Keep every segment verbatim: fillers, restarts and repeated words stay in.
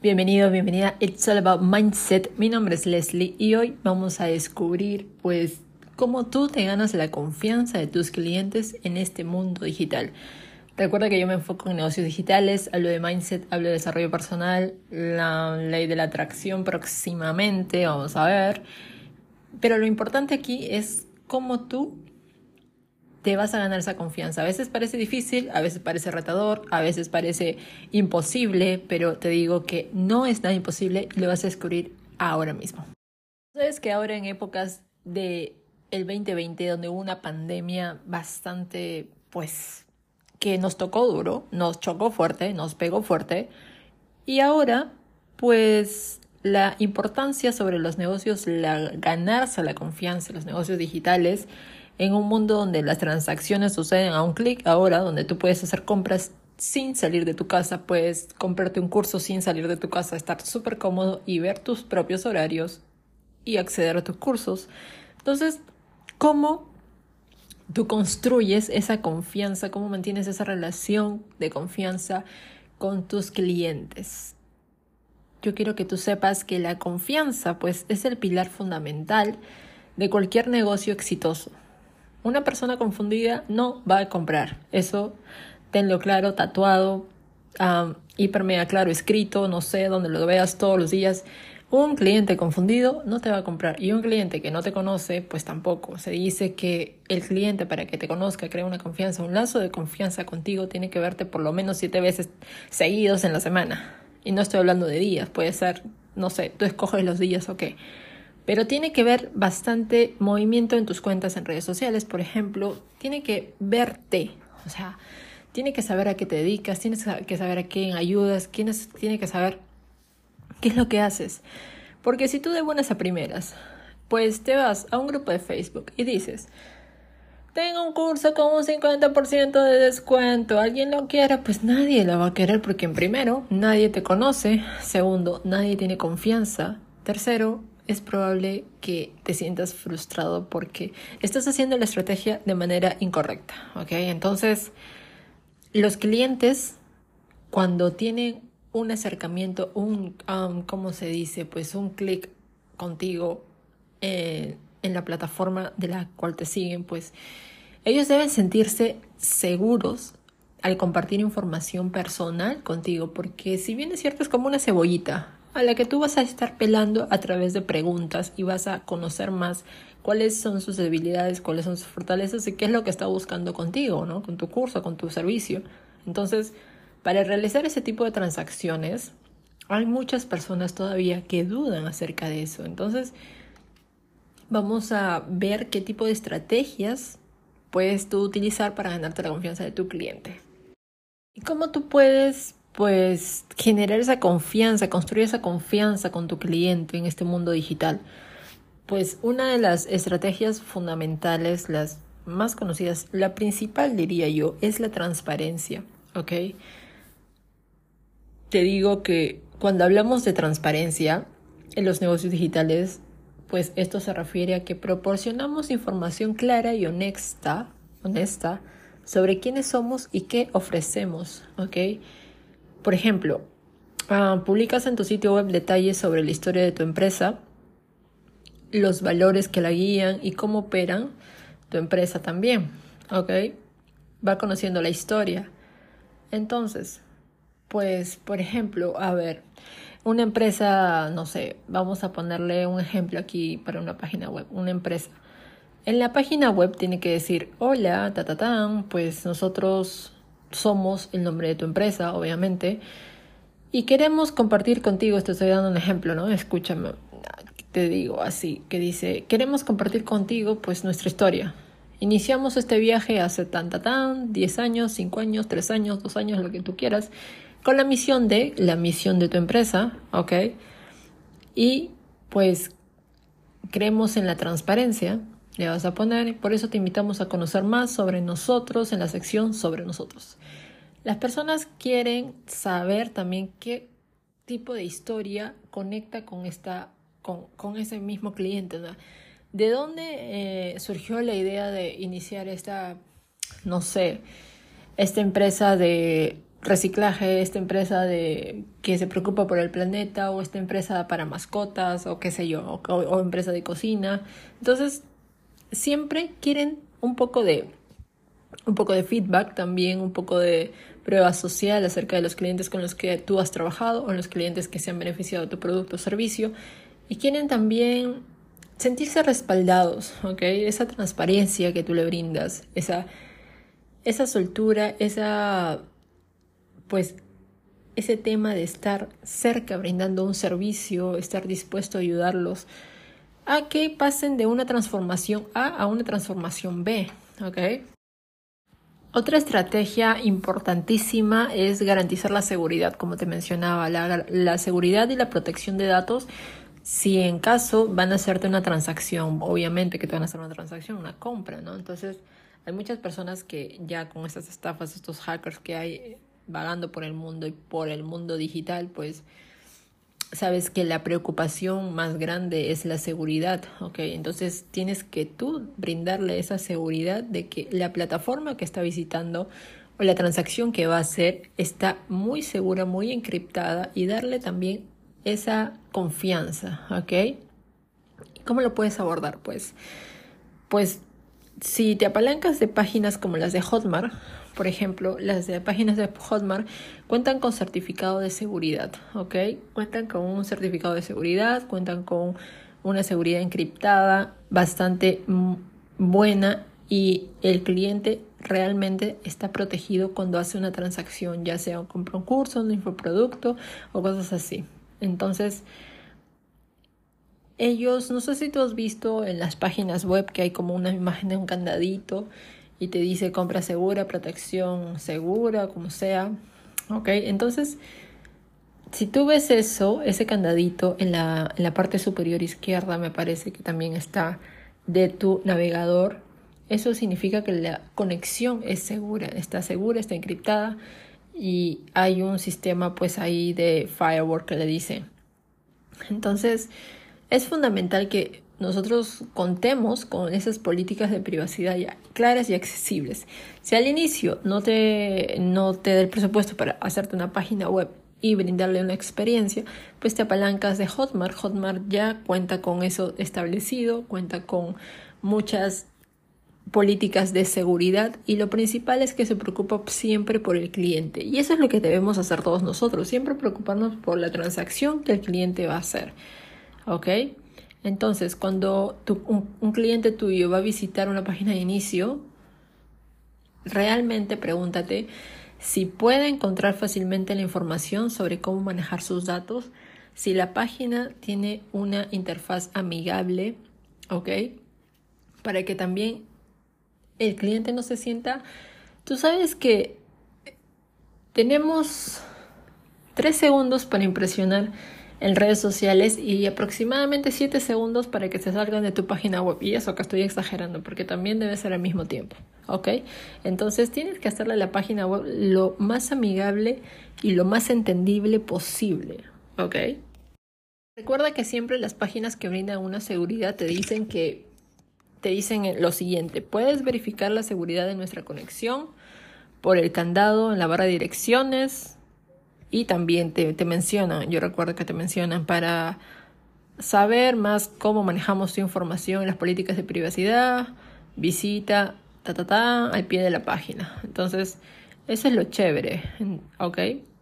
Bienvenido, bienvenida. It's all about mindset. Mi nombre es Leslie y hoy vamos a descubrir, pues, cómo tú te ganas la confianza de tus clientes en este mundo digital. Recuerda que yo me enfoco en negocios digitales, hablo de mindset, hablo de desarrollo personal, la ley de la atracción próximamente, vamos a ver. Pero lo importante aquí es cómo tú te vas a ganar esa confianza. A veces parece difícil, a veces parece retador, a veces parece imposible, pero te digo que no es nada imposible y lo vas a descubrir ahora mismo. Sabes que ahora en épocas de el veinte veinte, donde hubo una pandemia bastante, pues, que nos tocó duro, nos chocó fuerte, nos pegó fuerte, y ahora, pues, la importancia sobre los negocios, la, ganarse la confianza en los negocios digitales, en un mundo donde las transacciones suceden a un clic, ahora donde tú puedes hacer compras sin salir de tu casa, puedes comprarte un curso sin salir de tu casa, estar súper cómodo y ver tus propios horarios y acceder a tus cursos. Entonces, ¿cómo tú construyes esa confianza? ¿Cómo mantienes esa relación de confianza con tus clientes? Yo quiero que tú sepas que la confianza, pues, es el pilar fundamental de cualquier negocio exitoso. Una persona confundida no va a comprar. Eso tenlo claro, tatuado, um, hiper mega claro, escrito, no sé, donde lo veas todos los días. Un cliente confundido no te va a comprar. Y un cliente que no te conoce, pues tampoco. Se dice que el cliente, para que te conozca, crea una confianza, un lazo de confianza contigo, tiene que verte por lo menos siete veces seguidos en la semana. Y no estoy hablando de días. Puede ser, no sé, tú escoges los días o qué. Pero tiene que ver bastante movimiento en tus cuentas en redes sociales, por ejemplo. Tiene que verte, o sea, tiene que saber a qué te dedicas, tienes que saber a quién ayudas, tienes, tiene que saber qué es lo que haces. Porque si tú de buenas a primeras, pues te vas a un grupo de Facebook y dices, tengo un curso con un cincuenta por ciento de descuento, ¿alguien lo quiere? Pues nadie lo va a querer porque, en primero, nadie te conoce. Segundo, nadie tiene confianza. Tercero, es probable que te sientas frustrado porque estás haciendo la estrategia de manera incorrecta, ¿ok? Entonces, los clientes, cuando tienen un acercamiento, un, um, ¿cómo se dice? Pues un clic contigo eh, en la plataforma de la cual te siguen, pues ellos deben sentirse seguros al compartir información personal contigo, porque si bien es cierto, es como una cebollita a la que tú vas a estar pelando a través de preguntas y vas a conocer más cuáles son sus debilidades, cuáles son sus fortalezas y qué es lo que está buscando contigo, ¿no? Con tu curso, con tu servicio. Entonces, para realizar ese tipo de transacciones, hay muchas personas todavía que dudan acerca de eso. Entonces, vamos a ver qué tipo de estrategias puedes tú utilizar para ganarte la confianza de tu cliente. Y cómo tú puedes, pues, generar esa confianza, construir esa confianza con tu cliente en este mundo digital. Pues una de las estrategias fundamentales, las más conocidas, la principal diría yo, es la transparencia, ¿ok? Te digo que cuando hablamos de transparencia en los negocios digitales, pues esto se refiere a que proporcionamos información clara y honesta, honesta sobre quiénes somos y qué ofrecemos, ¿ok? Por ejemplo, uh, publicas en tu sitio web detalles sobre la historia de tu empresa, los valores que la guían y cómo operan tu empresa también, ¿ok? Va conociendo la historia. Entonces, pues, por ejemplo, a ver, una empresa, no sé, vamos a ponerle un ejemplo aquí para una página web, una empresa. En la página web tiene que decir, hola, ta, ta, tan, pues nosotros somos el nombre de tu empresa, obviamente, y queremos compartir contigo, te estoy dando un ejemplo, ¿no? Escúchame, te digo así, que dice, queremos compartir contigo, pues, nuestra historia. Iniciamos este viaje hace tan, ta, tan, diez años, cinco años, tres años, dos años, lo que tú quieras, con la misión de, la misión de tu empresa, ¿ok? Y, pues, creemos en la transparencia. Le vas a poner, por eso te invitamos a conocer más sobre nosotros en la sección sobre nosotros. Las personas quieren saber también qué tipo de historia conecta con, esta, con, con ese mismo cliente, ¿no? ¿De dónde eh, surgió la idea de iniciar esta, no sé, esta empresa de reciclaje, esta empresa de que se preocupa por el planeta, o esta empresa para mascotas, o qué sé yo, o, o empresa de cocina. Entonces, siempre quieren un poco de un poco de feedback, también un poco de prueba social acerca de los clientes con los que tú has trabajado o los clientes que se han beneficiado de tu producto o servicio, y quieren también sentirse respaldados, ¿ok? Esa transparencia que tú le brindas, esa, esa soltura, esa, pues, ese tema de estar cerca brindando un servicio, estar dispuesto a ayudarlos a que pasen de una transformación A a una transformación B, ¿ok? Otra estrategia importantísima es garantizar la seguridad, como te mencionaba, la, la seguridad y la protección de datos. Si en caso van a hacerte una transacción, obviamente que te van a hacer una transacción, una compra, ¿no? Entonces, hay muchas personas que ya con estas estafas, estos hackers que hay vagando por el mundo y por el mundo digital, pues sabes que la preocupación más grande es la seguridad, ¿ok? Entonces tienes que tú brindarle esa seguridad de que la plataforma que está visitando o la transacción que va a hacer está muy segura, muy encriptada, y darle también esa confianza, ¿ok? ¿Cómo lo puedes abordar? Pues, pues si te apalancas de páginas como las de Hotmart, por ejemplo, las de páginas de Hotmart cuentan con certificado de seguridad, ¿ok? Cuentan con un certificado de seguridad, cuentan con una seguridad encriptada bastante buena, y el cliente realmente está protegido cuando hace una transacción, ya sea compra un curso, un infoproducto o cosas así. Entonces, ellos, no sé si tú has visto en las páginas web que hay como una imagen de un candadito y te dice compra segura, protección segura, como sea, ¿ok? Entonces, si tú ves eso, ese candadito en la, en la parte superior izquierda, me parece que también está, de tu navegador, eso significa que la conexión es segura, está segura, está encriptada, y hay un sistema pues ahí de firewall que le dice. Entonces, es fundamental que nosotros contemos con esas políticas de privacidad ya claras y accesibles. Si al inicio no te, no te da el presupuesto para hacerte una página web y brindarle una experiencia, pues te apalancas de Hotmart. Hotmart ya cuenta con eso establecido, cuenta con muchas políticas de seguridad, y lo principal es que se preocupa siempre por el cliente, y eso es lo que debemos hacer todos nosotros, siempre preocuparnos por la transacción que el cliente va a hacer, ¿ok? Entonces, cuando tu, un, un cliente tuyo va a visitar una página de inicio, realmente pregúntate si puede encontrar fácilmente la información sobre cómo manejar sus datos, si la página tiene una interfaz amigable, ¿ok? Para que también el cliente no se sienta... Tú sabes que tenemos tres segundos para impresionar en redes sociales y aproximadamente siete segundos para que se salgan de tu página web. Y eso que estoy exagerando, porque también debe ser al mismo tiempo, ¿ok? Entonces tienes que hacerle la página web lo más amigable y lo más entendible posible, ¿ok? Recuerda que siempre las páginas que brindan una seguridad te dicen que te dicen lo siguiente: puedes verificar la seguridad de nuestra conexión por el candado en la barra de direcciones. Y también te, te mencionan, yo recuerdo que te mencionan, para saber más cómo manejamos tu información en las políticas de privacidad, visita, ta, ta, ta, al pie de la página. Entonces, eso es lo chévere, ¿ok?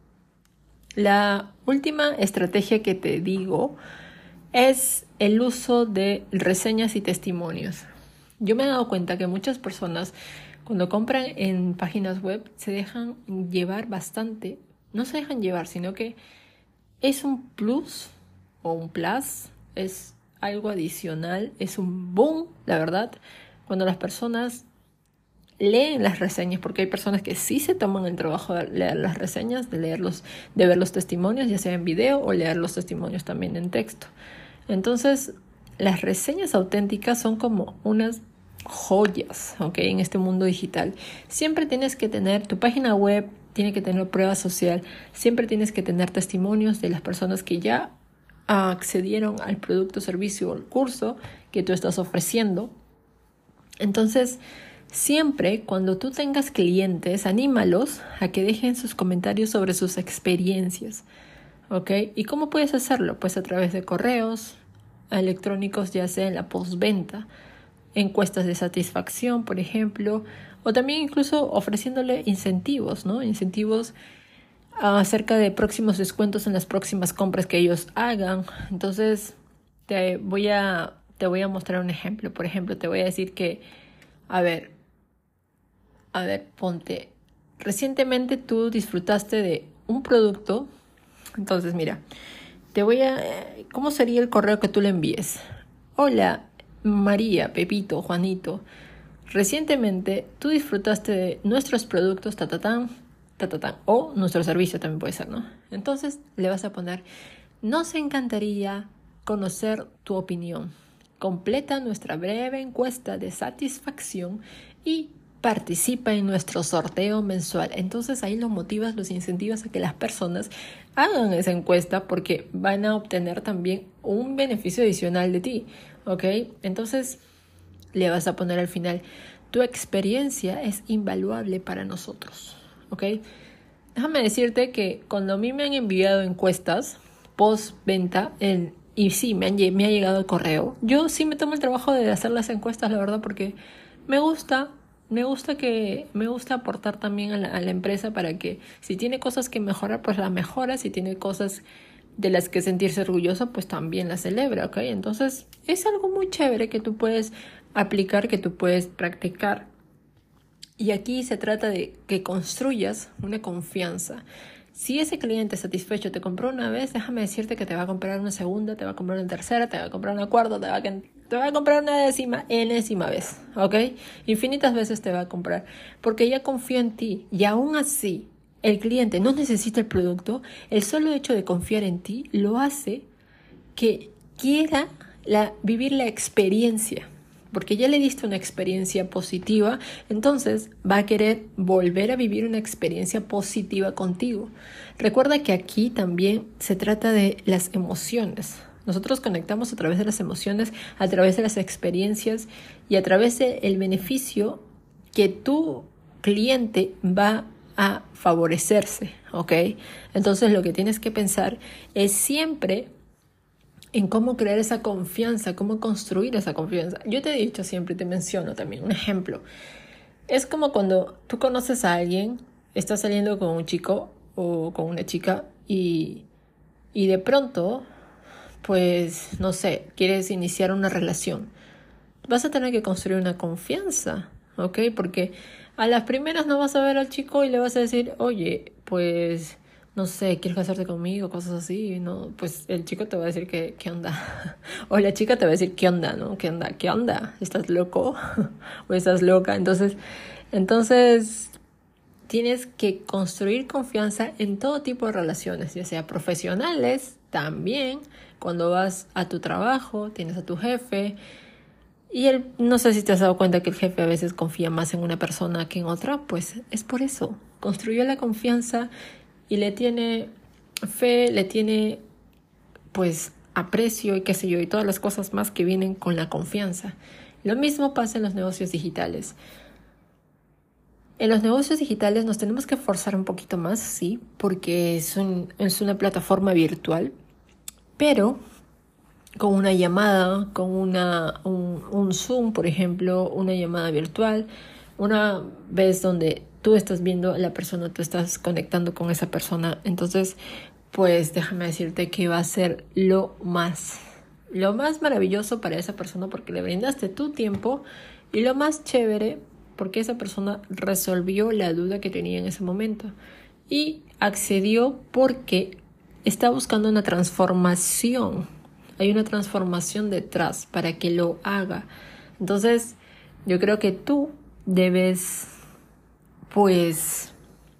La última estrategia que te digo es el uso de reseñas y testimonios. Yo me he dado cuenta que muchas personas, cuando compran en páginas web, se dejan llevar bastante. No se dejan llevar, sino que es un plus o un plus, es algo adicional, es un boom, la verdad, cuando las personas leen las reseñas, porque hay personas que sí se toman el trabajo de leer las reseñas, de leerlos, de ver los testimonios, ya sea en video o leer los testimonios también en texto. Entonces, las reseñas auténticas son como unas joyas, ¿ok? En este mundo digital. Siempre tienes que tener tu página web, tiene que tener prueba social, siempre tienes que tener testimonios de las personas que ya accedieron al producto, servicio o el curso que tú estás ofreciendo. Entonces, Siempre cuando tú tengas clientes, anímalos a que dejen sus comentarios sobre sus experiencias, ¿ok? ¿Y cómo puedes hacerlo? Pues a través de correos electrónicos, ya sea en la postventa, encuestas de satisfacción, por ejemplo, o también incluso ofreciéndole incentivos, ¿no? Incentivos acerca de próximos descuentos en las próximas compras que ellos hagan. Entonces, te voy a, te voy a mostrar un ejemplo. Por ejemplo, te voy a decir que, a ver, a ver, ponte, recientemente tú disfrutaste de un producto. Entonces, mira, te voy a, ¿cómo sería el correo que tú le envíes? Hola, María, Pepito, Juanito. Recientemente tú disfrutaste de nuestros productos, tatatán, tatatán, o nuestro servicio también puede ser, ¿no? Entonces le vas a poner, nos encantaría conocer tu opinión. Completa nuestra breve encuesta de satisfacción y participa en nuestro sorteo mensual. Entonces ahí lo motivas, los incentivas a que las personas hagan esa encuesta porque van a obtener también un beneficio adicional de ti, ¿ok? Entonces le vas a poner al final, tu experiencia es invaluable para nosotros, ¿ok? Déjame decirte que cuando a mí me han enviado encuestas post-venta, en, y sí, me, han, me ha llegado el correo, yo sí me tomo el trabajo de hacer las encuestas, la verdad, porque me gusta, me gusta que me gusta aportar también a la, a la empresa para que si tiene cosas que mejorar, pues las mejora, si tiene cosas de las que sentirse orgulloso, pues también las celebra, ¿ok? Entonces es algo muy chévere que tú puedes aplicar, que tú puedes practicar. Y aquí se trata de que construyas una confianza. Si ese cliente satisfecho te compró una vez, déjame decirte que te va a comprar una segunda, te va a comprar una tercera, te va a comprar una cuarta, te va a, te va a comprar una décima, enésima vez, ¿ok? Infinitas veces te va a comprar, porque ya confío en ti y aún así el cliente no necesita el producto. El solo hecho de confiar en ti lo hace que quiera la, vivir la experiencia, porque ya le diste una experiencia positiva, entonces va a querer volver a vivir una experiencia positiva contigo. Recuerda que aquí también se trata de las emociones. Nosotros conectamos a través de las emociones, a través de las experiencias y a través del beneficio que tu cliente va a favorecerse, ¿ok? Entonces lo que tienes que pensar es siempre en cómo crear esa confianza, cómo construir esa confianza. Yo te he dicho siempre, te menciono también un ejemplo. Es como cuando tú conoces a alguien, estás saliendo con un chico o con una chica y, y de pronto, pues, no sé, quieres iniciar una relación. Vas a tener que construir una confianza, ¿ok? Porque a las primeras no vas a ver al chico y le vas a decir, oye, pues, no sé, ¿quieres casarte conmigo? Cosas así, ¿no? Pues el chico te va a decir que, ¿qué onda? O la chica te va a decir, ¿qué onda? ¿No? ¿Qué onda? ¿Qué onda? ¿Estás loco? ¿O estás loca? Entonces, entonces, tienes que construir confianza en todo tipo de relaciones, ya sea profesionales, también, cuando vas a tu trabajo, tienes a tu jefe. Y él, no sé si te has dado cuenta que el jefe a veces confía más en una persona que en otra, pues es por eso. Construyó la confianza y le tiene fe, le tiene pues aprecio y qué sé yo, y todas las cosas más que vienen con la confianza. Lo mismo pasa en los negocios digitales. En los negocios digitales nos tenemos que forzar un poquito más, sí, porque es, un, es una plataforma virtual, pero con una llamada, con una, un, un Zoom, por ejemplo, una llamada virtual, una vez donde tú estás viendo a la persona, tú estás conectando con esa persona, entonces, pues déjame decirte que va a ser lo más, lo más maravilloso para esa persona porque le brindaste tu tiempo y lo más chévere porque esa persona resolvió la duda que tenía en ese momento y accedió porque está buscando una transformación. Hay una transformación detrás para que lo haga. Entonces, yo creo que tú debes, pues,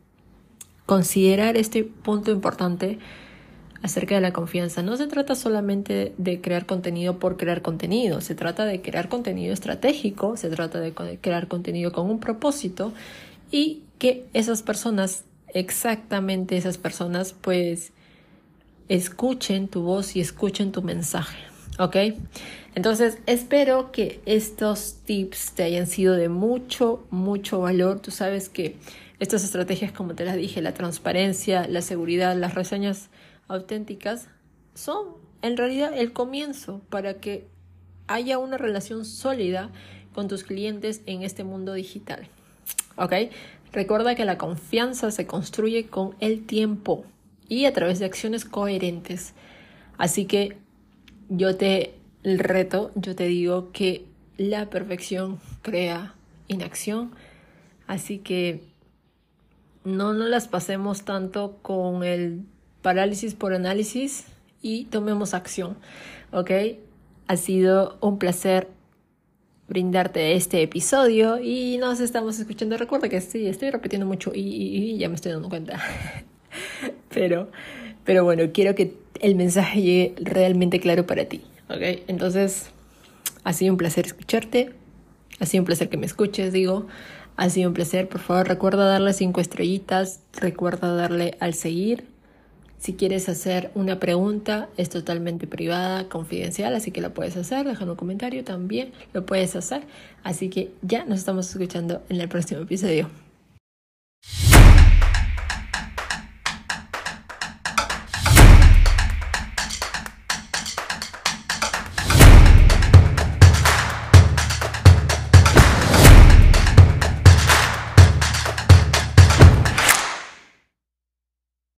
considerar este punto importante acerca de la confianza. No se trata solamente de crear contenido por crear contenido. Se trata de crear contenido estratégico. Se trata de crear contenido con un propósito y que esas personas, exactamente esas personas, pues, escuchen tu voz y escuchen tu mensaje. ¿ok? Entonces, espero que estos tips te hayan sido de mucho, mucho valor. Tú sabes que estas estrategias, como te las dije, la transparencia, la seguridad, las reseñas auténticas, son en realidad el comienzo para que haya una relación sólida con tus clientes en este mundo digital, ¿ok? Recuerda que la confianza se construye con el tiempo y a través de acciones coherentes. Así que yo te reto, yo te digo que la perfección crea inacción. Así que no nos las pasemos tanto con el parálisis por análisis y tomemos acción, ¿ok? Ha sido un placer brindarte este episodio y nos estamos escuchando. Recuerda que sí, estoy repitiendo mucho y, y, y ya me estoy dando cuenta. pero, pero bueno, quiero que el mensaje llegue realmente claro para ti, ¿ok? Entonces, ha sido un placer escucharte, ha sido un placer que me escuches, digo, ha sido un placer. Por favor, recuerda darle cinco estrellitas, recuerda darle al seguir. Si quieres hacer una pregunta, es totalmente privada, confidencial, así que la puedes hacer, déjame un comentario, también lo puedes hacer. Así que ya nos estamos escuchando en el próximo episodio.